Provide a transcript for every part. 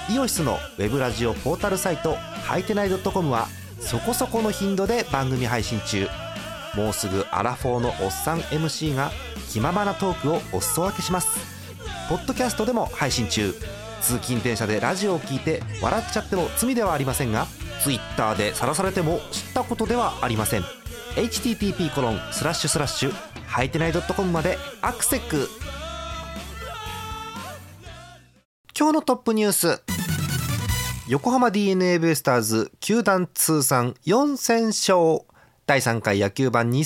イオシスのウェブラジオポータルサイトはいてない .com はそこそこの頻度で番組配信中。もうすぐアラフォーのおっさん MC が気ままなトークをお裾分けします。ポッドキャストでも配信中。通勤電車でラジオを聞いて笑っちゃっても罪ではありませんが、 Twitter で晒されても知ったことではありません。 http:// はいてない .com までアクセック。今日のトップニュース。横浜 DNA ベイスターズ球団通算4000勝、第3回野球盤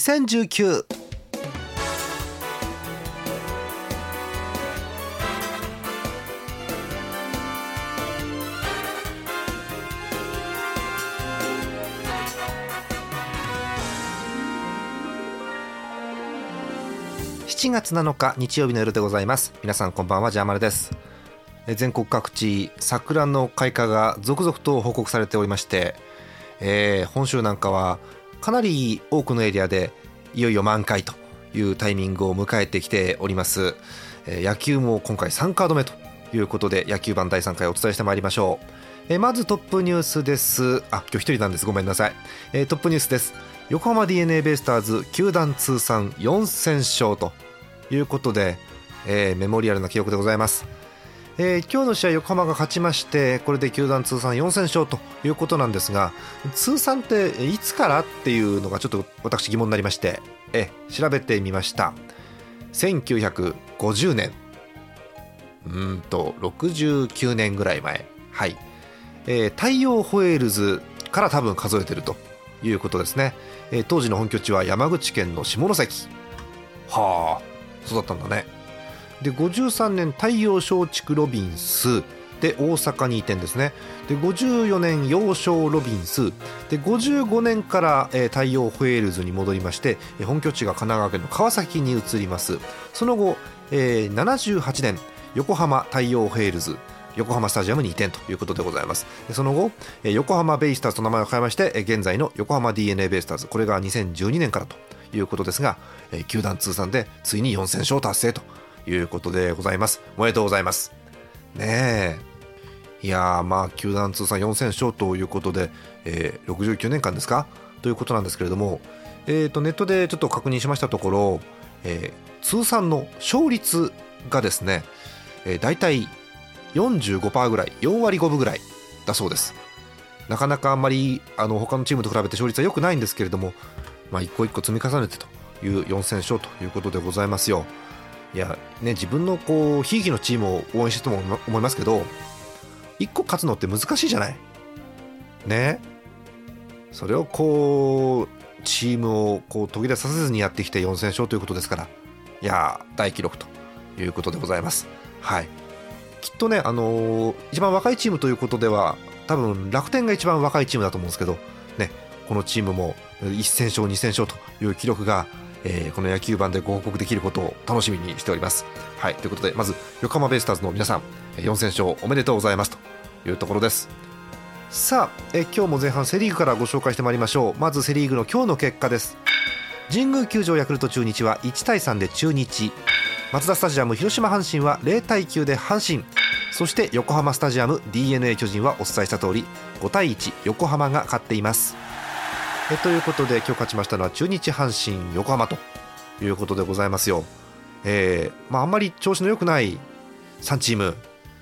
2019。7月7日日曜日の夜でございます。皆さんこんばんは、ジャーマルです。全国各地桜の開花が続々と報告されておりまして、本州なんかはかなり多くのエリアでいよいよ満開というタイミングを迎えてきております。野球も今回3カード目ということで野球盤第3回お伝えしてまいりましょう。まずトップニュースです。今日一人なんです、ごめんなさい。トップニュースです。横浜 DNA ベイスターズ球団通算4000勝ということで、メモリアルな記録でございます。今日の試合横浜が勝ちまして、これで球団通算4000勝ということなんですが、通算っていつからっていうのがちょっと私疑問になりまして、調べてみました。1950年69年ぐらい前、はい、太陽ホエールズから多分数えてるということですね。当時の本拠地は山口県の下関。はあ、そうだったんだね。で53年太陽松竹ロビンスで大阪に移転ですね。で54年陽翔ロビンスで55年から、太陽ホエールズに戻りまして、本拠地が神奈川県の川崎に移ります。その後、78年横浜太陽ホエールズ横浜スタジアムに移転ということでございます。でその後、横浜ベイスターズと名前を変えまして、現在の横浜 DNA ベイスターズ、これが2012年からということですが、球団通算でついに4000勝達成ということでございます。おめでとうございますね。いや球団通算4000勝ということで、69年間ですかということなんですけれども、ネットでちょっと確認しましたところ、通算の勝率がですね、だいたい 45% ぐらい、4割5分ぐらいだそうです。なかなかあんまり他のチームと比べて勝率は良くないんですけれども、一個一個積み重ねてという4000勝ということでございますよ。いやね、自分のひいきのチームを応援してとも思いますけど、1個勝つのって難しいじゃないね。それをチームを途切れさせずにやってきて4000勝ということですから、いや大記録ということでございます。はい、きっとね、一番若いチームということでは多分楽天が一番若いチームだと思うんですけどね、このチームも1000勝2000勝という記録がこの野球盤でご報告できることを楽しみにしております。はい、ということでまず横浜ベイスターズの皆さん4000勝おめでとうございますというところです。さあ今日も前半セリーグからご紹介してまいりましょう。まずセリーグの今日の結果です。神宮球場ヤクルト中日は1対3で中日、マツダスタジアム広島阪神は0対9で阪神、そして横浜スタジアム DNA 巨人はお伝えした通り5対1横浜が勝っています。ということで今日勝ちましたのは中日阪神横浜ということでございますよ。あんまり調子の良くない3チーム、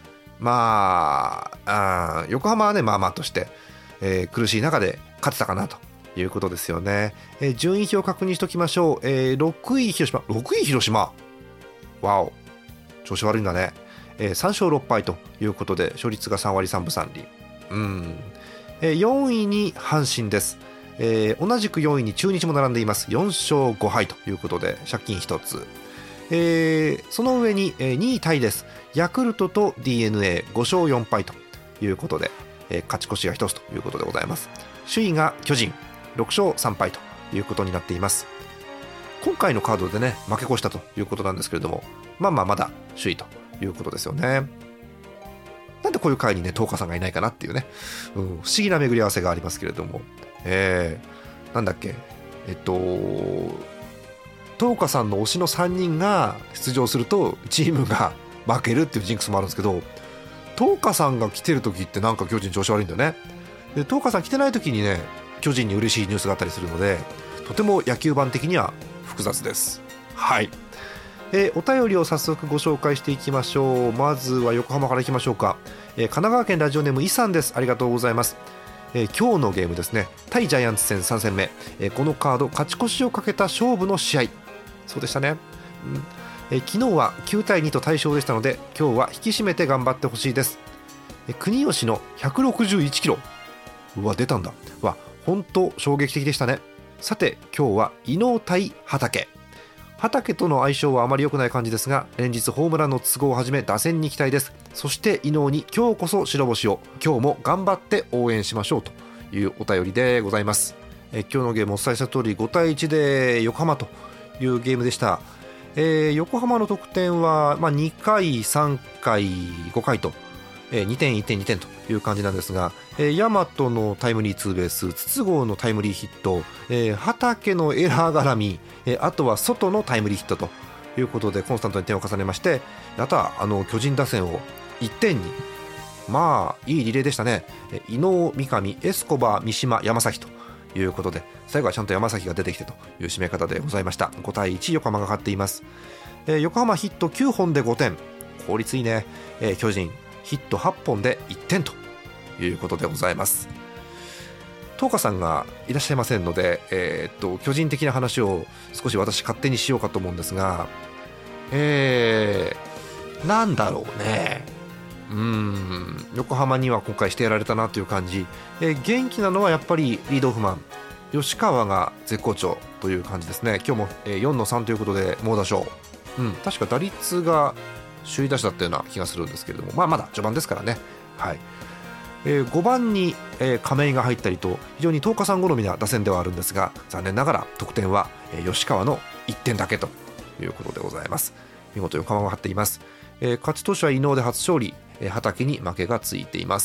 横浜はねとして、苦しい中で勝てたかなということですよね。順位表を確認しておきましょう。6位広島、わお、調子悪いんだね。3勝6敗ということで勝率が3割3分3厘。4位に阪神です。同じく4位に中日も並んでいます。4勝5敗ということで借金1つ。その上に、2位タイです。ヤクルトと DNA5 勝4敗ということで、勝ち越しが1つということでございます。首位が巨人6勝3敗ということになっています。今回のカードでね負け越したということなんですけれども、まだ首位ということですよね。なんでこういう回にね東花さんがいないかなっていうね、不思議な巡り合わせがありますけれども、なんだっけ、東花さんの推しの3人が出場するとチームが負けるっていうジンクスもあるんですけど、 東花さんが来てる時ってなんか巨人調子悪いんだよね。で東花さん来てない時にね巨人に嬉しいニュースがあったりするので、とても野球版的には複雑です。はい、お便りを早速ご紹介していきましょう。まずは横浜からいきましょうか。神奈川県ラジオネームイさんです。ありがとうございます。今日のゲームですね、対ジャイアンツ戦3戦目、このカード勝ち越しをかけた勝負の試合、そうでしたね、昨日は9対2と大勝でしたので、今日は引き締めて頑張ってほしいです。国吉の161キロ、うわ出たんだわ、本当衝撃的でしたね。さて今日は伊能対畠。畠との相性はあまり良くない感じですが、連日ホームランの都合をはじめ打線に期待です。そして伊能に今日こそ白星を、今日も頑張って応援しましょうというお便りでございます。今日のゲームお伝えした通り5対1で横浜というゲームでした。横浜の得点は、2回3回5回と、2点1点2点という感じなんですが、大和のタイムリーツーベース、筒香のタイムリーヒット、畠のエラー絡み、あとは外のタイムリーヒットということでコンスタントに点を重ねまして、あとは巨人打線を1点に、いいリレーでしたね。伊能、三上、エスコバー、三島、山崎ということで、最後はちゃんと山崎が出てきてという締め方でございました。5対1横浜が勝っています。横浜ヒット9本で5点、効率いいね。巨人ヒット8本で1点ということでございます。東花さんがいらっしゃいませんので、巨人的な話を少し私勝手にしようかと思うんですが、なんだろうね、横浜には今回してやられたなという感じ。元気なのはやっぱりリードオフマン吉川が絶好調という感じですね。今日も4の3ということで猛打賞、確か打率が首位打者だったような気がするんですけれども、まだ序盤ですからね。はい、5番に、亀井が入ったりと非常に東花さん好みな打線ではあるんですが、残念ながら得点は、吉川の1点だけということでございます。見事横浜が張っています。勝ち投手は伊能で初勝利、畠に負けがついています。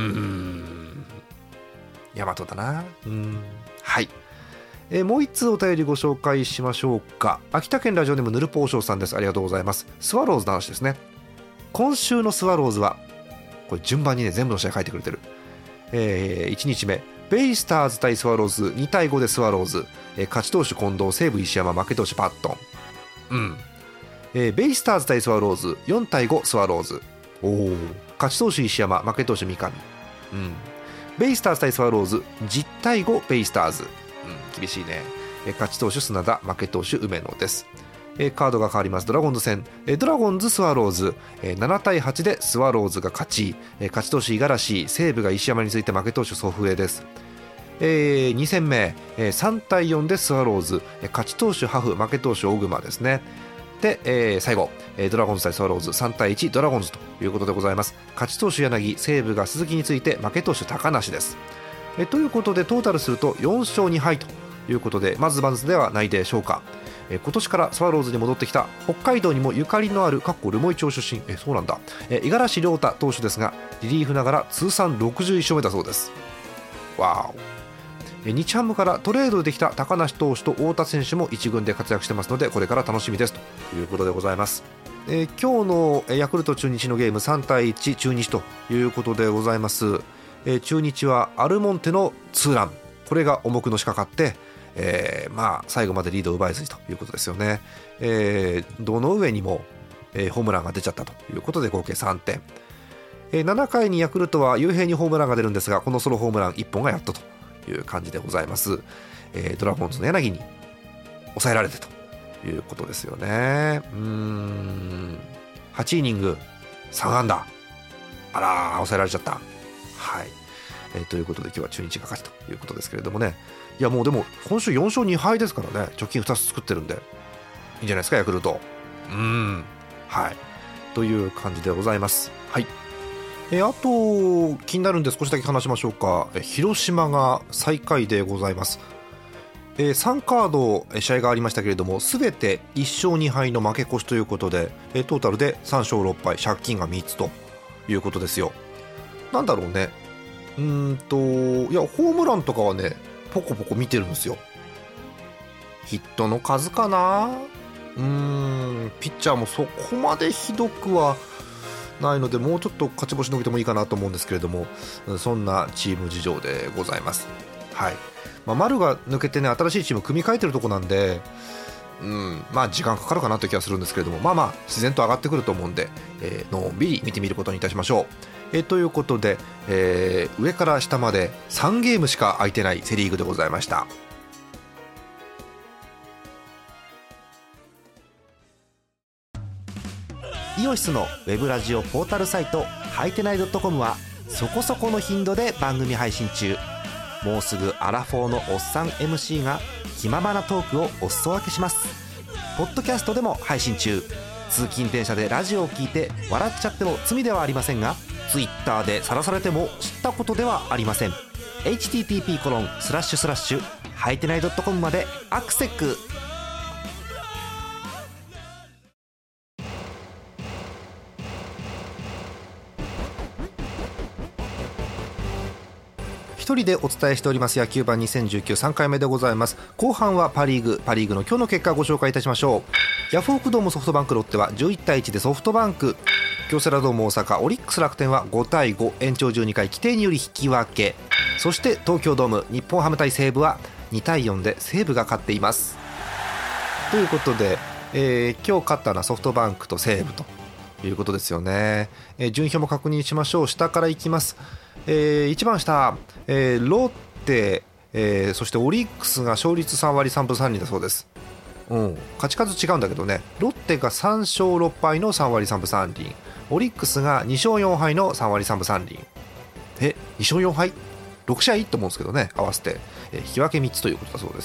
大和だな。はい、もう一通お便りご紹介しましょうか。秋田県ラジオネームぬるぽうしょうさんです。ありがとうございます。スワローズの話ですね。今週のスワローズはこれ順番にね全部の試合書いてくれてる。1日目ベイスターズ対スワローズ2対5でスワローズ、勝ち投手近藤、西武石山、負け投手パットン。ベイスターズ対スワローズ4対5スワローズ、勝ち投手石山、負け投手三上。ベイスターズ対スワローズ10対5ベイスターズ、厳しいね。勝ち投手砂田、負け投手梅野です。カードが変わります。ドラゴンズ戦、ドラゴンズスワローズ、7対8でスワローズが勝ち、勝ち投手五十嵐、西武が石山について負け投手祖父江です。2戦目、3対4でスワローズ、勝ち投手ハフ、負け投手小熊ですね。で、最後、ドラゴンズ対スワローズ3対1ドラゴンズということでございます。勝ち投手柳、西武が鈴木について負け投手高梨です。ということでトータルすると4勝2敗ということで、まずまずではないでしょうか。今年からスワローズに戻ってきた北海道にもゆかりのある留萌町出身、そうなんだ、五十嵐亮太投手ですが、リリーフながら通算61勝目だそうです。わーお。日ハムからトレードできた高梨投手と太田選手も1軍で活躍してますので、これから楽しみですということでございます。今日のヤクルト中日のゲーム3対1中日ということでございます。中日はアルモンテのツーラン、これが重くのしかかって、最後までリードを奪えずということですよね。どの上にも、ホームランが出ちゃったということで合計3点。7回にヤクルトは雄平にホームランが出るんですが、このソロホームラン1本がやっとという感じでございます。ドラゴンズの柳に抑えられてということですよね。8イニング3安打、あら抑えられちゃった。はい、ということで今日は中日が勝ちということですけれどもね。いやもうでも今週4勝2敗ですからね。貯金2つ作ってるんでいいんじゃないですかヤクルト。はいという感じでございます。はい、あと気になるんで少しだけ話しましょうか。広島が最下位でございます。3カード試合がありましたけれども、すべて1勝2敗の負け越しということで、トータルで3勝6敗、借金が3つということですよ。なんだろうね、いやホームランとかはねポコポコ見てるんですよ。ヒットの数かな。ピッチャーもそこまでひどくはないので、もうちょっと勝ち星伸びてもいいかなと思うんですけれども、そんなチーム事情でございます。はい。丸が抜けてね、新しいチーム組み替えてるとこなんで、時間かかるかなという気がするんですけれども、自然と上がってくると思うんで、のんびり見てみることにいたしましょう。ということで、上から下まで3ゲームしか空いてないセリーグでございました。イオシスのウェブラジオポータルサイトはいてない .com はそこそこの頻度で番組配信中。もうすぐアラフォーのおっさん MC が気ままなトークをお裾分けします。ポッドキャストでも配信中。通勤電車でラジオを聞いて笑っちゃっても罪ではありませんが、ツイッターで晒されても知ったことではありません。 http:// はいてない .com までアクセック。一人でお伝えしております野球盤2019、3回目でございます。後半はパリーグの今日の結果をご紹介いたしましょう。ヤフオクドームソフトバンクロッテは11対1でソフトバンク、京セラドーム大阪オリックス楽天は5対5、延長12回規定により引き分け。そして東京ドーム日本ハム対西武は2対4で西武が勝っています。ということで、今日勝ったのはソフトバンクと西武ということですよね。順位表も確認しましょう。下からいきます。一番下、ロッテ、そしてオリックスが勝率3割3分3厘だそうです。勝ち数違うんだけどね。ロッテが3勝6敗の3割3分3厘、オリックスが2勝4敗の3割3分3厘。2勝4敗6試合と思うんですけどね、合わせて、引き分け3つということだそうです。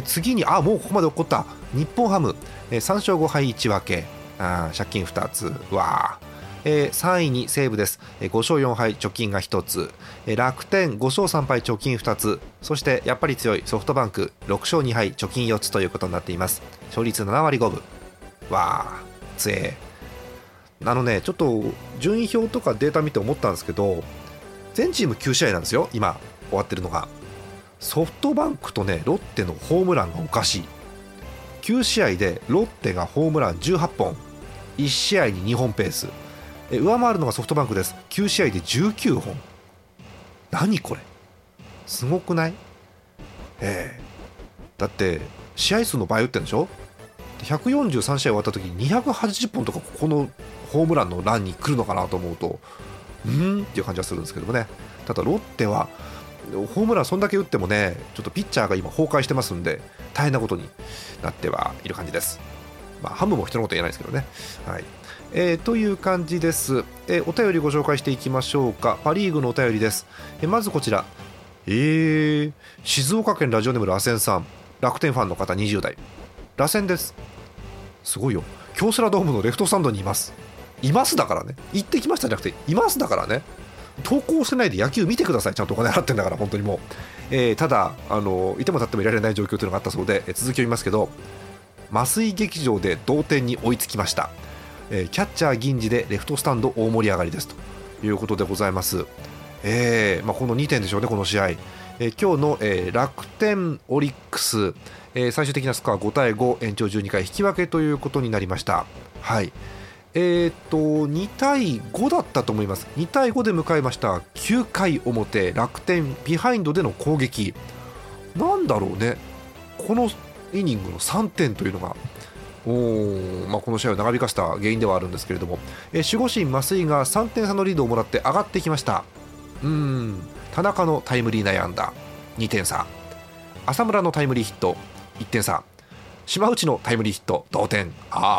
次にもうここまで起こった日本ハム、3勝5敗1分け、借金2つわー。3位に西武です。5勝4敗貯金が1つ。楽天5勝3敗貯金2つ。そしてやっぱり強いソフトバンク6勝2敗貯金4つということになっています。勝率7割5分。わー強え。ちょっと順位表とかデータ見て思ったんですけど、全チーム9試合なんですよ今終わってるのが。ソフトバンクとねロッテのホームランがおかしい。9試合でロッテがホームラン18本、1試合に2本ペース。上回るのがソフトバンクです。9試合で19本。何これすごくない？だって試合数の倍打ってるんでしょ。143試合終わった時に280本とかここのホームランのランに来るのかなと思うとっていう感じはするんですけどもね。ただロッテはホームランそんだけ打ってもね、ちょっとピッチャーが今崩壊してますんで大変なことになってはいる感じです。ハムも人のこと言えないですけどね。はい。という感じです。お便りご紹介していきましょうか。パリーグのお便りです。まずこちら、静岡県ラジオネーム螺旋さん、楽天ファンの方20代、螺旋です。すごいよ。京セラドームのレフトスタンドにいますだからね。行ってきましたじゃなくていますだからね。投稿してないで野球見てください。ちゃんとお金払ってんだから本当にもう、ただいても立ってもいられない状況というのがあったそうで、続きを読みますけど、麻酔劇場で同点に追いつきました。キャッチャー銀次でレフトスタンド大盛り上がりですということでございます。この2点でしょうね、この試合。今日の、楽天オリックス、最終的なスコア5対5、延長12回引き分けということになりました。はい。2対5だったと思います。2対5で迎えました9回表、楽天ビハインドでの攻撃。なんだろうね、このイニングの3点というのがこの試合を長引かせた原因ではあるんですけれども、守護神増井が3点差のリードをもらって上がってきました。田中のタイムリー内野安打2点差、浅村のタイムリーヒット1点差、島内のタイムリーヒット同点。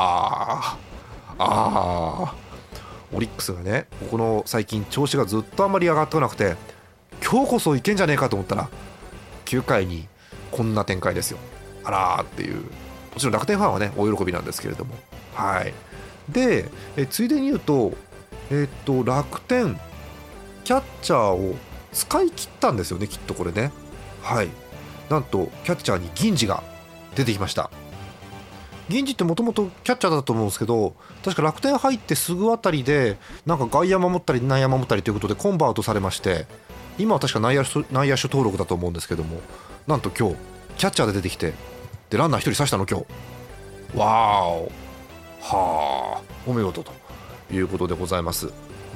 オリックスがね、この最近調子がずっとあんまり上がってこなくて、今日こそいけんじゃねえかと思ったら9回にこんな展開ですよ。あらーっていう。もちろん楽天ファンはね大喜びなんですけれども、はい。でついでに言うと、楽天キャッチャーを使い切ったんですよね、きっとこれね。はい。なんとキャッチャーに銀次が出てきました。銀次ってもともとキャッチャーだと思うんですけど、確か楽天入ってすぐあたりでなんか外野守ったり内野守ったりということでコンバートされまして、今は確か内野手登録だと思うんですけども、なんと今日キャッチャーで出てきて、でランナー1人刺したの今日。わーお、はあ、お見事ということでございます。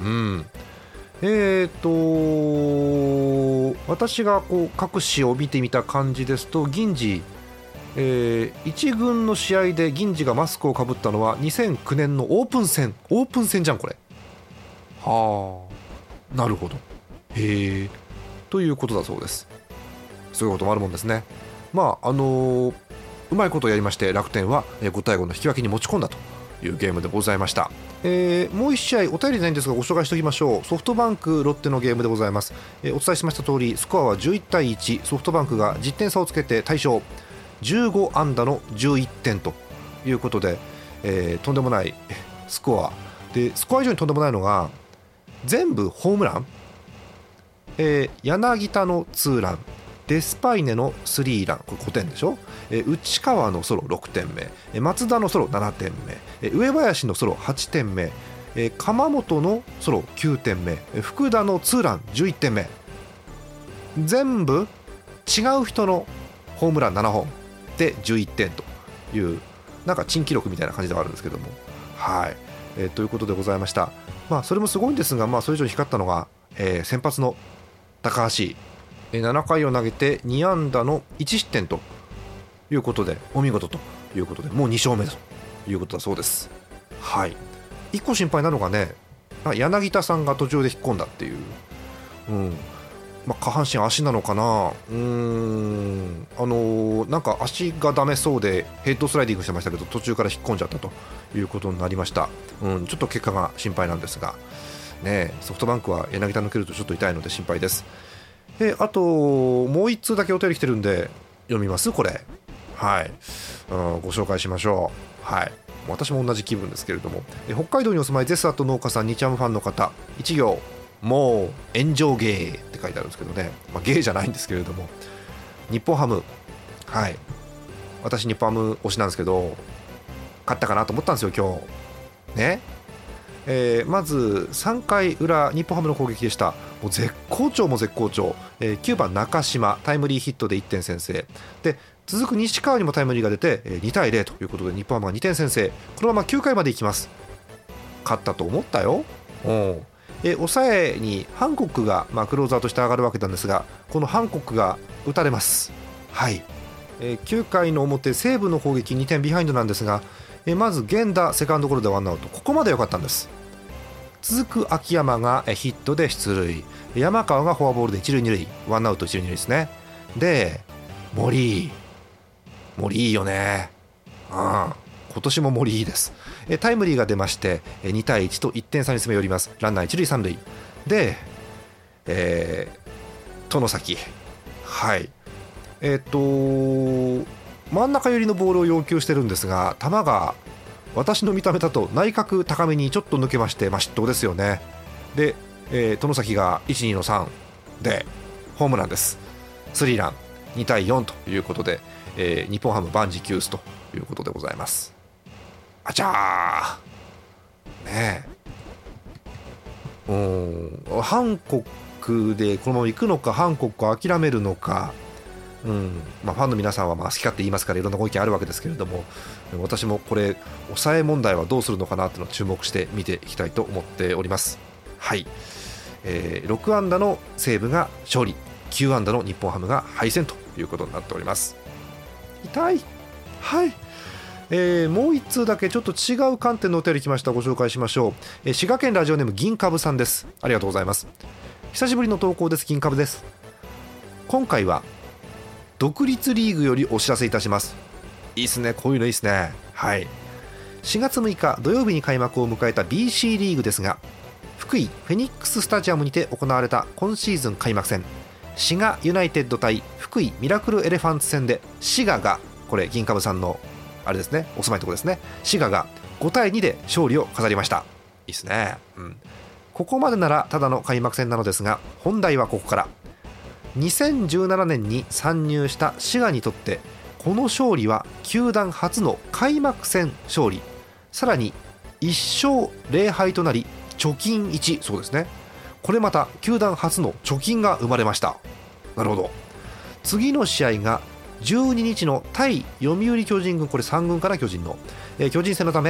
私がこう各紙を見てみた感じですと、銀次、1軍の試合で銀次がマスクをかぶったのは2009年のオープン戦じゃんこれ。はあ、なるほど、へえ、ということだそうです。そういうこともあるもんですね。まあうまいことをやりまして、楽天は5対5の引き分けに持ち込んだというゲームでございました。もう1試合お便りないんですがご紹介しておきましょう。ソフトバンクロッテのゲームでございます。お伝えしました通りスコアは11対1、ソフトバンクが10点差をつけて大勝、15安打の11点ということで、とんでもないスコアで、スコア以上にとんでもないのが全部ホームラン、柳田のツーラン、デスパイネのスリーラン、これ5点でしょ、内川のソロ6点目、松田のソロ7点目、上林のソロ8点目、鎌本のソロ9点目、福田のツーラン11点目、全部違う人のホームラン7本で11点という、なんか珍記録みたいな感じではあるんですけども、はい、ということでございました。まあそれもすごいんですが、まあそれ以上に光ったのが、先発の高橋、7回を投げて2安打の1失点ということでお見事ということで、もう2勝目ということだそうです。はい、1個心配なのがね、柳田さんが途中で引っ込んだっていう、まあ、下半身足なのかな、なんか足がダメそうでヘッドスライディングしてましたけど、途中から引っ込んじゃったということになりました。ちょっと結果が心配なんですがね、ソフトバンクは柳田抜けるとちょっと痛いので心配です。あともう1通だけお便り来てるんで読みます。これ、はい、ご紹介しましょう。はい、私も同じ気分ですけれども、北海道にお住まいゼスアット農家さん、日ハムファンの方、1行もう炎上ゲーって書いてあるんですけどね、まあ、ゲーじゃないんですけれども、日本ハム、はい、私日本ハム推しなんですけど、勝ったかなと思ったんですよ今日ね。まず3回裏日本ハムの攻撃でした。もう絶好調も絶好調、9番中島タイムリーヒットで1点先制で、続く西川にもタイムリーが出て2対0ということで日本ハムが2点先制、このまま9回までいきます。勝ったと思ったよ。抑えにハンコックが、クローザーとして上がるわけなんですが、このハンコックが打たれます。はい、9回の表西武の攻撃2点ビハインドなんですが、まず源田セカンドゴロでワンアウト、ここまで良かったんです。続く秋山がヒットで出塁、山川がフォアボールで一塁二塁、ワンアウト一塁二塁ですね。で森いいよね、今年も森いいです。タイムリーが出まして2対1と1点差に詰め寄ります。ランナー一塁三塁で、外崎、はい、真ん中寄りのボールを要求してるんですが、球が私の見た目だと内角高めにちょっと抜けまして、失投ですよね。で、外崎が 1,2 の3でホームランです。スリーラン2対4ということで、日本ハム万事休すということでございます。あちゃーねえ、ハンコックでこのまま行くのか、ハンコックを諦めるのか、ファンの皆さんは好き勝手言いますからいろんなご意見あるわけですけれども、私もこれ抑え問題はどうするのかなというのを注目して見ていきたいと思っております。はい、6安打の西武が勝利、9安打の日本ハムが敗戦ということになっております。痛い。はい、もう1通だけちょっと違う観点のお便り来ました。ご紹介しましょう。滋賀県ラジオネーム銀株さんです。ありがとうございます。久しぶりの投稿です。銀株です。今回は独立リーグよりお知らせいたします。いいですね、こういうのいいですね。はい、4月6日土曜日に開幕を迎えた BC リーグですが、福井フェニックススタジアムにて行われた今シーズン開幕戦、滋賀ユナイテッド対福井ミラクルエレファンツ戦で、滋賀が、これ銀株さんのあれですね、お住まいのところですね、滋賀が5対2で勝利を飾りました。いいですね。ここまでならただの開幕戦なのですが、本題はここから。2017年に参入した滋賀にとってこの勝利は球団初の開幕戦勝利、さらに1勝0敗となり貯金1、そうですね、これまた球団初の貯金が生まれました。なるほど。次の試合が12日の対読売巨人軍、これ3軍かな、巨人の、巨人戦のため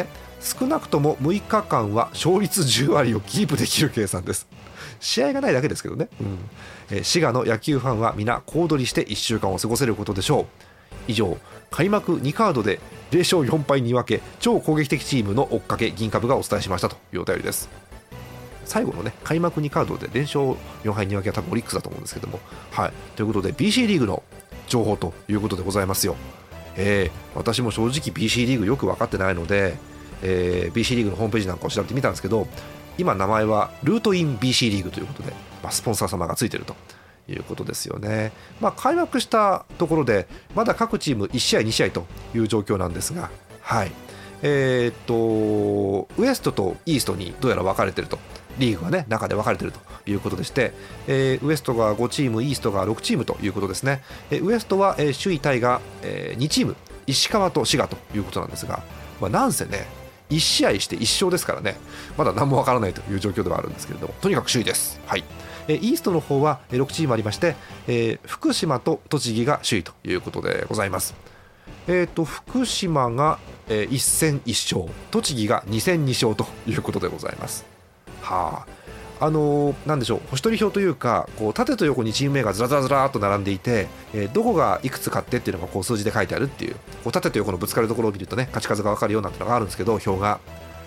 少なくとも6日間は勝率10割をキープできる計算です。試合がないだけですけどね、滋賀の野球ファンは皆小躍りして1週間を過ごせることでしょう。以上、開幕2カードで0勝4敗に分け超攻撃的チームの追っかけ銀株がお伝えしましたというお便りです。最後のね、開幕2カードで連勝4敗2分けは多分オリックスだと思うんですけども、はい、ということで BC リーグの情報ということでございますよ。私も正直 BC リーグよく分かってないので、BC リーグのホームページなんかを調べてみたんですけど、今名前はルートイン BC リーグということで、スポンサー様がついているということですよね。開幕したところでまだ各チーム1試合2試合という状況なんですが、はい、ウエストとイーストにどうやら分かれていると、リーグがね中で分かれているということでして、ウエストが5チームイーストが6チームということですね。ウエストは首位タイが2チーム、石川と滋賀ということなんですが、なんせね1試合して1勝ですからね、まだ何も分からないという状況ではあるんですけれども、とにかく首位です。はい、イーストの方は6チームありまして、福島と栃木が首位ということでございます。福島が1戦1勝、栃木が2戦2勝ということでございます。はあ、なんでしょう、星取り表というか、こう縦と横にチーム名がずらずらずらっと並んでいて、どこがいくつ勝ってっていうのがこう数字で書いてあるっていう、こう縦と横のぶつかるところを見るとね、勝ち数が分かるようなっていうのがあるんですけど、表が、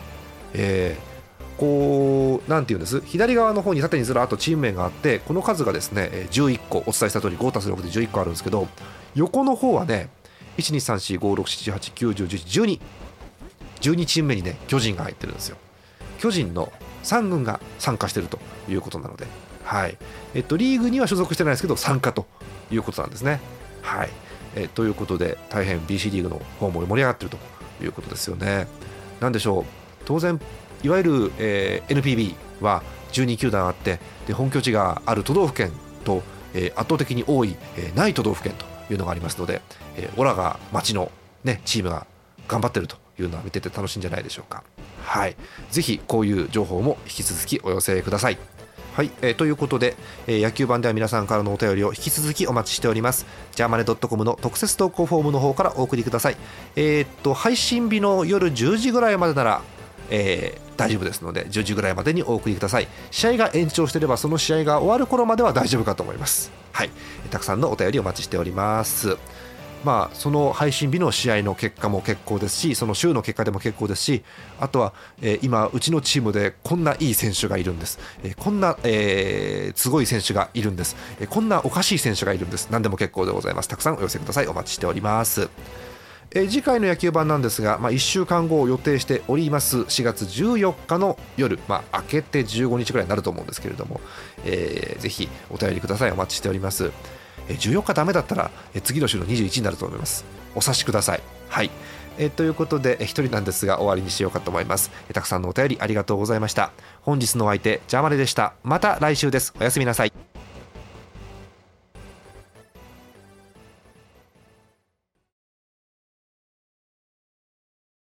こうなんていうんです、左側の方に縦にずらっとチーム名があって、この数がですね11個、お伝えした通り 5+6 で11個あるんですけど、横の方はね 1,2,3,4,5,6,7,8,9,10,11,12 12チーム目にね巨人が入ってるんですよ。巨人の3軍が参加しているということなので、はい、リーグには所属してないですけど参加ということなんですね。はい、ということで大変 BC リーグの方も盛り上がっているということですよね。なんでしょう、当然いわゆる、NPB は12球団あって、で本拠地がある都道府県と、圧倒的に多い、ない都道府県というのがありますので、オラが町の、ね、チームが頑張っているというのは見てて楽しいんじゃないでしょうか。はい、ぜひこういう情報も引き続きお寄せください。はい、ということで、野球版では皆さんからのお便りを引き続きお待ちしております。ジャーマネ .com の特設投稿フォームの方からお送りください。配信日の夜10時ぐらいまでなら、大丈夫ですので10時ぐらいまでにお送りください。試合が延長していればその試合が終わる頃までは大丈夫かと思います。はい、たくさんのお便りお待ちしております。その配信日の試合の結果も結構ですし、その週の結果でも結構ですし、あとは、今うちのチームでこんないい選手がいるんです、こんな、すごい選手がいるんです、こんなおかしい選手がいるんです、何でも結構でございます。たくさんお寄せください。お待ちしております。次回の野球版なんですが、1週間後を予定しております。4月14日の夜、明けて15日ぐらいになると思うんですけれども、ぜひお便りください。お待ちしております。14日ダメだったら次の週の21になると思います。お察しください。はい、ということで一人なんですが終わりにしようかと思います。たくさんのお便りありがとうございました。本日のお相手ジャーマネでした。また来週です。おやすみなさい。